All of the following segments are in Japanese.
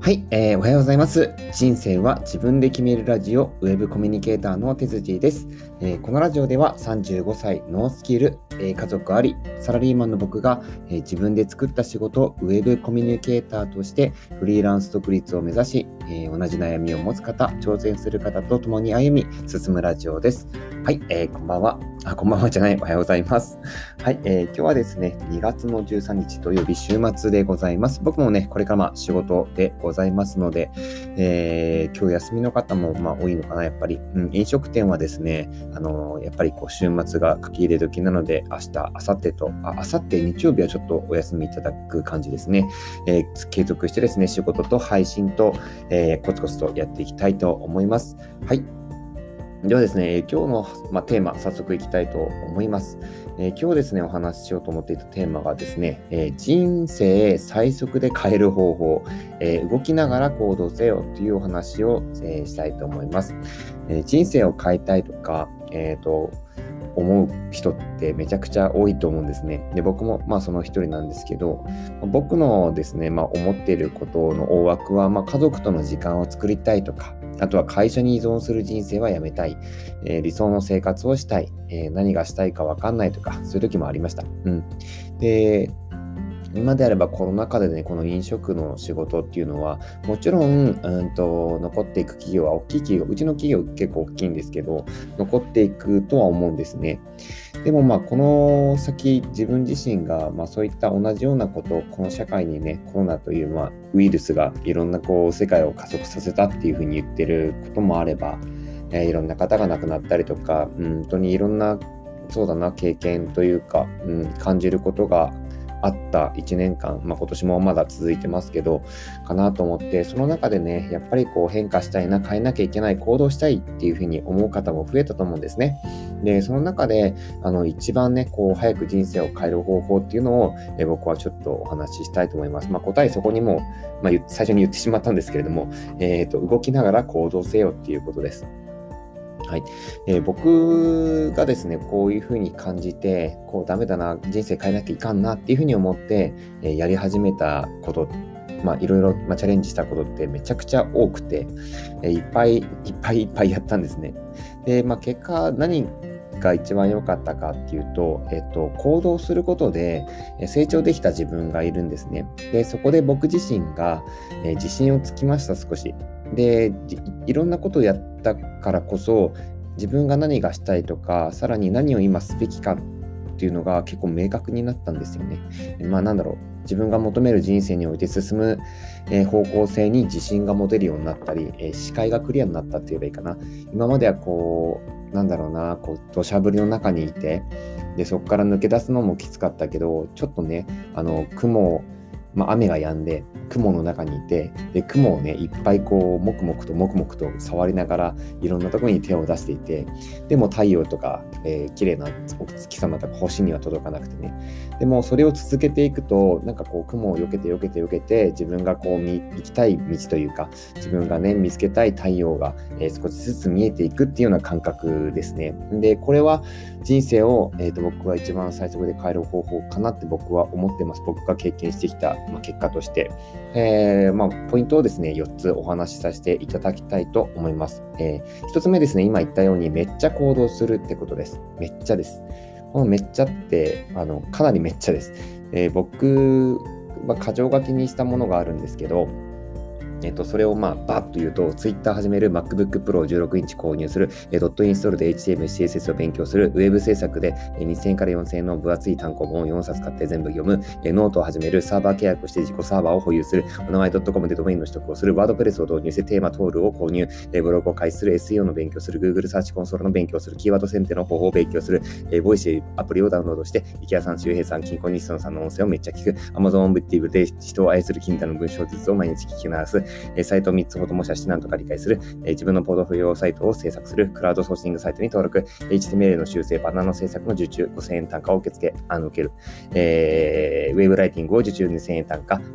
はい、おはようございます。人生は自分で決めるラジオ、ウェブコミュニケーターの手筋です。このラジオでは35歳ノースキル、家族あり、サラリーマンの僕が、自分で作った仕事、ウェブコミュニケーターとしてフリーランス独立を目指し、同じ悩みを持つ方、挑戦する方と共に歩み進むラジオです。はい、こんばんは。こんばんはじゃない、おはようございます。はい、今日はですね、2月の13日土曜日週末でございます。僕もね、これから仕事でございますので、今日休みの方も多いのかな、やっぱり。飲食店はですね、やっぱり週末が書き入れ時なので、明日、明後日と、明後日日曜日はちょっとお休みいただく感じですね。継続してですね、仕事と配信と、コツコツとやっていきたいと思います。はい。ではですね、今日の、テーマ、早速いきたいと思います。今日ですね、お話ししようと思っていたテーマがですね、人生最速で変える方法、動きながら行動せよというお話を、したいと思います。人生を変えたいとか、思う人ってめちゃくちゃ多いと思うんですね。で、僕もその一人なんですけど、僕のですね、思っていることの大枠は、家族との時間を作りたいとか、あとは会社に依存する人生はやめたい、理想の生活をしたい、何がしたいか分かんないとか、そういう時もありました。で、今であればコロナ禍でね、この飲食の仕事っていうのは、もちろん、残っていく企業は大きい企業、うちの企業結構大きいんですけど、残っていくとは思うんですね。でもこの先、自分自身がそういった同じようなことを、この社会にね、コロナというウイルスがいろんな世界を加速させたっていうふうに言ってることもあれば、いろんな方が亡くなったりとか、本当にいろんな、そうだな、経験というか、感じることがあった1年間、今年もまだ続いてますけど、かなと思って、その中でね、やっぱり変化したいな、変えなきゃいけない、行動したいっていうふうに思う方も増えたと思うんですね。で、その中で、一番ね、早く人生を変える方法っていうのを、僕はちょっとお話ししたいと思います。答えそこにも、最初に言ってしまったんですけれども、動きながら行動せよっていうことです。はい。僕がですね、こういうふうに感じて、ダメだな、人生変えなきゃいかんなっていうふうに思って、やり始めたこと、いろいろ、チャレンジしたことってめちゃくちゃ多くて、いっぱいやったんですね。で、結果何が一番良かったかっていうと、行動することで成長できた自分がいるんですね。で、そこで僕自身が、自信をつきました、少し。で、いろんなことをやったからこそ、自分が何がしたいとか、さらに何を今すべきかっていうのが結構明確になったんですよね。自分が求める人生において進む、方向性に自信が持てるようになったり、視界がクリアになったって言えばいいかな。今までは土砂降りの中にいて、で、そこから抜け出すのもきつかったけど、ちょっとね、雨が止んで雲の中にいて、で雲をねいっぱい黙々と触りながらいろんなところに手を出していて、でも太陽とか、綺麗なお月様とか星には届かなくてね、でもそれを続けていくと雲を避けて自分が行きたい道というか、自分がね見つけたい太陽が、少しずつ見えていくっていうような感覚ですね。で、これは人生を、僕が一番最速で変える方法かなって僕は思ってます。僕が経験してきた結果として、ポイントをですね4つお話しさせていただきたいと思います。1つ目ですね、今言ったようにめっちゃ行動するってことです。めっちゃです。このめっちゃってかなりめっちゃです。僕は箇条書きにしたものがあるんですけど、それをバッと言うと、Twitter 始める、MacBook Pro 16インチ購入する、ドットインストールで HTML、CSS を勉強する、ウェブ制作で2000円から4000円の分厚い単行本を4冊買って全部読む、ノートを始める、サーバー契約をして自己サーバーを保有する、お名前 .com でドメインの取得をする、ワードプレスを導入してテーマ、トールを購入、ブログを開始する、SEO の勉強する、Google サーチコンソールの勉強する、キーワード選定の方法を勉強する、ボイシーアプリをダウンロードして、池谷さん、周平さん、金庫西野さんの音声をめっちゃ聞く、Amazon ブッティブで人を愛する金太の文章術を毎日聞き流す、サイトを3つほど模写して何とか理解する、自分のポートフォリオサイトを制作する、クラウドソーシングサイトに登録、HTML の修正、バナーの制作の受注、5000円単価を受ける、ウェブライティングを受注2000円単価、ポッ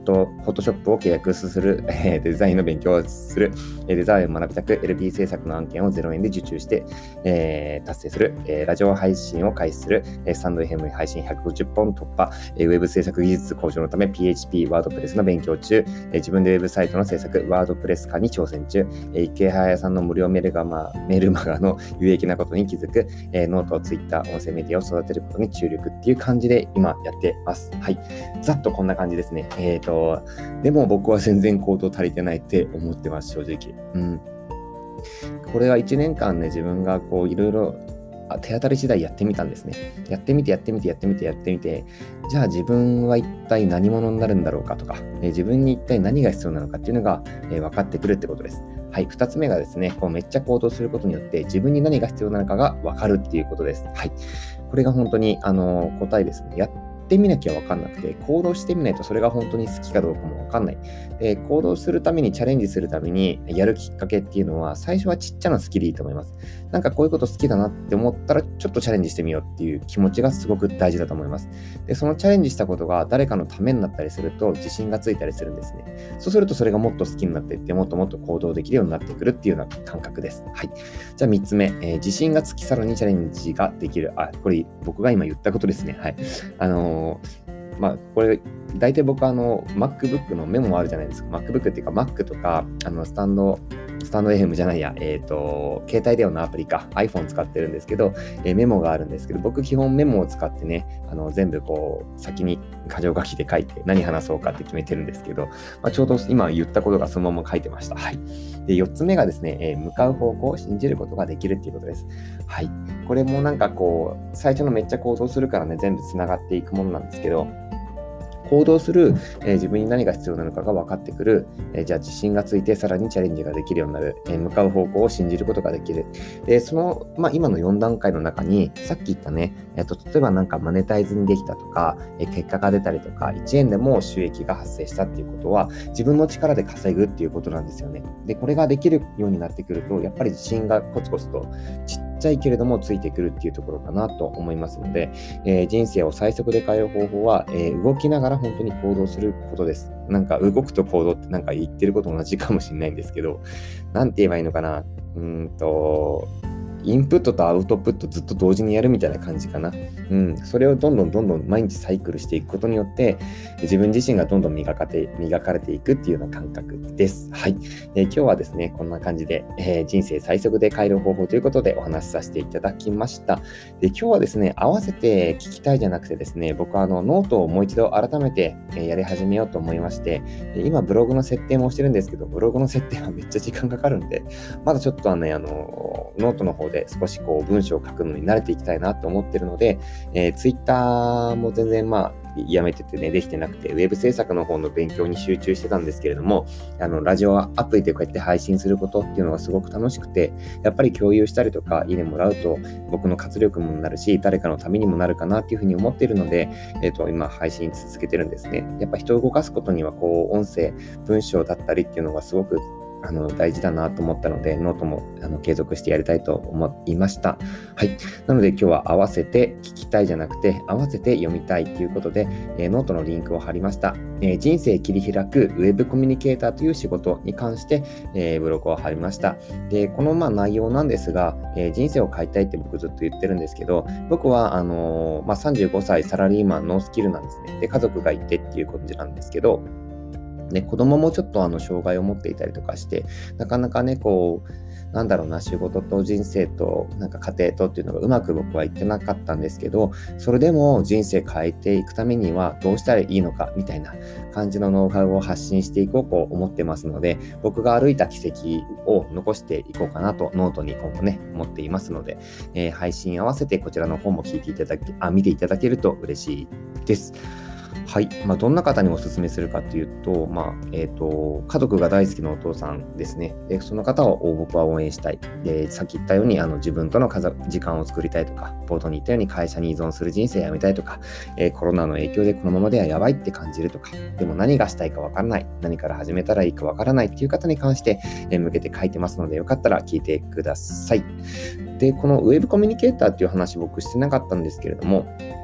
ォトショップを契約する、デザインの勉強をする、デザインを学びたく LP 制作の案件を0円で受注して、達成する、ラジオ配信を開始する、スタンド FM 配信150本突破、ウェブ制作技術向上のため PHP、ワードプレスの勉強中、自分でウェブサイトの制作、ワードプレス化に挑戦中、池早さんの無料メルマガの有益なことに気づく、ノート、ツイッター、音声メディアを育てることに注力っていう感じで今やってます。はい。ざっとこんな感じですね。でも僕は全然行動足りてないって思ってます、正直。これは1年間ね、自分がこういろいろ手当たり次第やってみたんですね。やってみて、じゃあ自分は一体何者になるんだろうかとか、自分に一体何が必要なのかっていうのが、分かってくるってことです。はい。2つ目がですね、こうめっちゃ行動することによって自分に何が必要なのかが分かるっていうことです。はい。これが本当に答えですね。やってみなきゃ分かんなくて、行動してみないとそれが本当に好きかどうかも分かんない。で、行動するためにチャレンジするためにやるきっかけっていうのは、最初はちっちゃな好きでいいと思います。なんかこういうこと好きだなって思ったら、ちょっとチャレンジしてみようっていう気持ちがすごく大事だと思います。で、そのチャレンジしたことが誰かのためになったりすると自信がついたりするんですね。そうするとそれがもっと好きになっていって、もっともっと行動できるようになってくるっていうような感覚です。はい。じゃあ3つ目、自信がつきさらにチャレンジができる。これ僕が今言ったことですね。はい。これ、大体僕MacBook のメモあるじゃないですか。MacBook っていうか Mac とか、スタンド FM じゃないや、携帯電話のアプリか、iPhone 使ってるんですけど、メモがあるんですけど、僕基本メモを使ってね、全部こう、先に箇条書きで書いて何話そうかって決めてるんですけど、ちょうど今言ったことがそのまま書いてました。はい。で、4つ目がですね、向かう方向を信じることができるっていうことです。はい。これもなんかこう、最初のめっちゃ行動するからね、全部つながっていくものなんですけど、行動する、自分に何が必要なのかが分かってくる、じゃあ自信がついてさらにチャレンジができるようになる、向かう方向を信じることができる。で、その、今の4段階の中に、さっき言ったね、例えばなんかマネタイズにできたとか、結果が出たりとか、1円でも収益が発生したっていうことは、自分の力で稼ぐっていうことなんですよね。で、これができるようになってくると、やっぱり自信がコツコツとちっちゃいけれどもついてくるっていうところかなと思いますので、人生を最速で変える方法は、動きながら本当に行動することです。なんか動くと行動ってなんか言ってること同じかもしれないんですけど、なんて言えばいいのかな。インプットとアウトプットずっと同時にやるみたいな感じかな。それをどんどん毎日サイクルしていくことによって、自分自身がどんどん磨かれていくっていうような感覚です。はい。今日はですね、こんな感じで、人生最速で変える方法ということでお話しさせていただきました。で、今日はですね、合わせて聞きたいじゃなくてですね、僕はノートをもう一度改めて、やり始めようと思いまして、今ブログの設定もしてるんですけど、ブログの設定はめっちゃ時間かかるんで、まだちょっとノートの方で少しこう文章を書くのに慣れていきたいなと思ってるので、ツイッターも全然やめててね、できてなくて、ウェブ制作の方の勉強に集中してたんですけれども、ラジオアプリでこうやって配信することっていうのがすごく楽しくて、やっぱり共有したりとか、いいねもらうと、僕の活力もなるし、誰かのためにもなるかなっていうふうに思っているので、今配信続けてるんですね。やっぱ人を動かすことには、こう、音声、文章だったりっていうのがすごく大事だなと思ったので、ノートも継続してやりたいと思いました。はい。なので今日は合わせて聞きたいじゃなくて、合わせて読みたいということで、ノートのリンクを貼りました。人生切り開くウェブコミュニケーターという仕事に関して、ブログを貼りました。で、この内容なんですが、人生を変えたいって僕ずっと言ってるんですけど、僕は35歳サラリーマンノースキルなんですね。で、家族がいてっていう感じなんですけど、ね、子供もちょっと障害を持っていたりとかして、なかなかね、こう、仕事と人生と、家庭とっていうのがうまく僕は言ってなかったんですけど、それでも人生変えていくためにはどうしたらいいのか、みたいな感じのノウハウを発信していこうと思ってますので、僕が歩いた軌跡を残していこうかなと、ノートに今後ね、思っていますので、配信合わせてこちらの方も見ていただけると嬉しいです。はい。どんな方にお勧めするかというと、家族が大好きなお父さんですね。で、その方を僕は応援したい。で、さっき言ったように、自分との時間を作りたいとか、冒頭に言ったように会社に依存する人生やめたいとか、コロナの影響でこのままではやばいって感じるとか、でも何がしたいかわからない、何から始めたらいいかわからないっていう方に関して、向けて書いてますので、よかったら聞いてください。で、このウェブコミュニケーターっていう話僕してなかったんですけれども、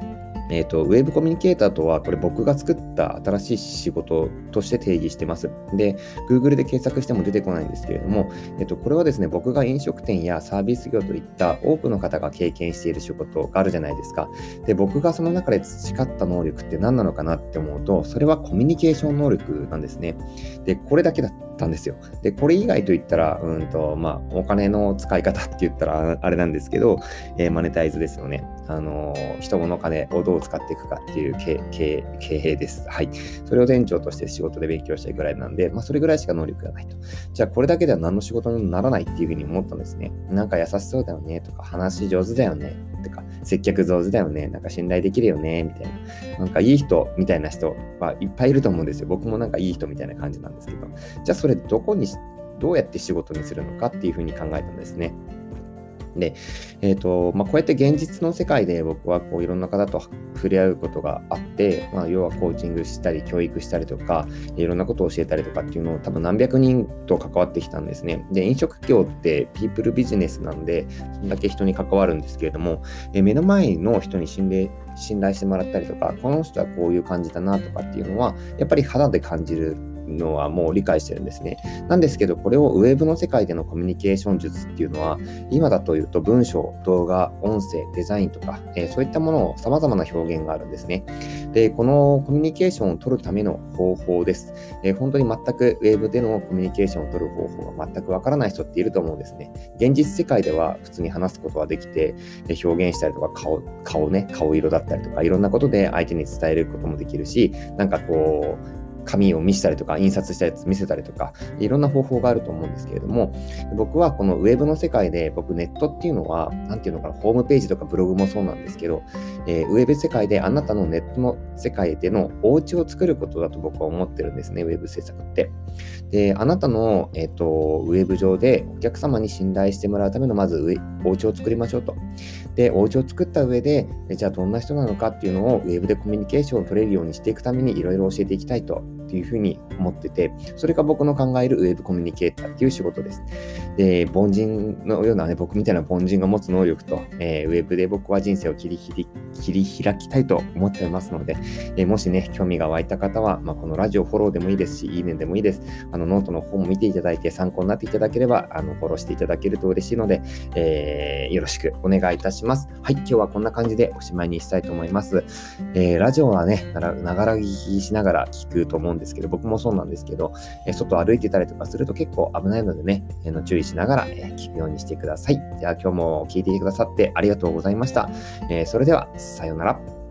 ウェブコミュニケーターとは、これ僕が作った新しい仕事として定義してます。で、Google で検索しても出てこないんですけれども、これはですね、僕が飲食店やサービス業といった多くの方が経験している仕事があるじゃないですか。で、僕がその中で培った能力って何なのかなって思うと、それはコミュニケーション能力なんですね。で、これだけだったんですよ。で、これ以外といったら、お金の使い方って言ったらあれなんですけど、マネタイズですよね。人の金をどう使っていくかっていう経営です。はい。それを店長として仕事で勉強したいぐらいなんで、それぐらいしか能力がないと。じゃあこれだけでは何の仕事にもならないっていうふうに思ったんですね。なんか優しそうだよねとか、話上手だよねとか、接客上手だよね、なんか信頼できるよねみたいな。なんかいい人みたいな人はいっぱいいると思うんですよ。僕もなんかいい人みたいな感じなんですけど。じゃあそれどうやって仕事にするのかっていうふうに考えたんですね。で、こうやって現実の世界で僕はいろんな方と触れ合うことがあって、要はコーチングしたり教育したりとか、いろんなことを教えたりとかっていうのを多分何百人と関わってきたんですね。で、飲食業ってピープルビジネスなんで、そんだけ人に関わるんですけれども、目の前の人に信頼してもらったりとか、この人はこういう感じだなとかっていうのは、やっぱり肌で感じるのはもう理解してるんですね。なんですけど、これをウェブの世界でのコミュニケーション術っていうのは、今だというと文章、動画、音声、デザインとか、そういったものを様々な表現があるんですね。で、このコミュニケーションを取るための方法です。本当に全くウェブでのコミュニケーションを取る方法が全くわからない人っていると思うんですね。現実世界では普通に話すことができて、表現したりとか顔色だったりとか、いろんなことで相手に伝えることもできるし、なんかこう、紙を見せたりとか、印刷したやつ見せたりとか、いろんな方法があると思うんですけれども、僕はこのウェブの世界で、ネットっていうのは、ホームページとかブログもそうなんですけど、ウェブ世界であなたのネットの世界でのお家を作ることだと僕は思ってるんですね、ウェブ制作って。で、あなたの、ウェブ上でお客様に信頼してもらうためのまずお家を作りましょうと。で、お家を作った上で、じゃあどんな人なのかっていうのをウェブでコミュニケーションを取れるようにしていくためにいろいろ教えていきたいというふうに思ってて、それが僕の考えるウェブコミュニケーターっていう仕事です。で、凡人のようなね、僕みたいな凡人が持つ能力と、ウェブで僕は人生を切り開きたいと思っていますので、もしね、興味が湧いた方は、このラジオフォローでもいいですし、いいねでもいいです。ノートの方も見ていただいて参考になっていただければ、フォローしていただけると嬉しいので、よろしくお願いいたします。はい、今日はこんな感じでおしまいにしたいと思います。ラジオはね、ながら聞きしながら聞くと思うんですけど、僕もそうなんですけど、外歩いてたりとかすると結構危ないのでね、注意しながら、聞くようにしてください。じゃあ今日も聞いてくださってありがとうございました。それでは、さようなら。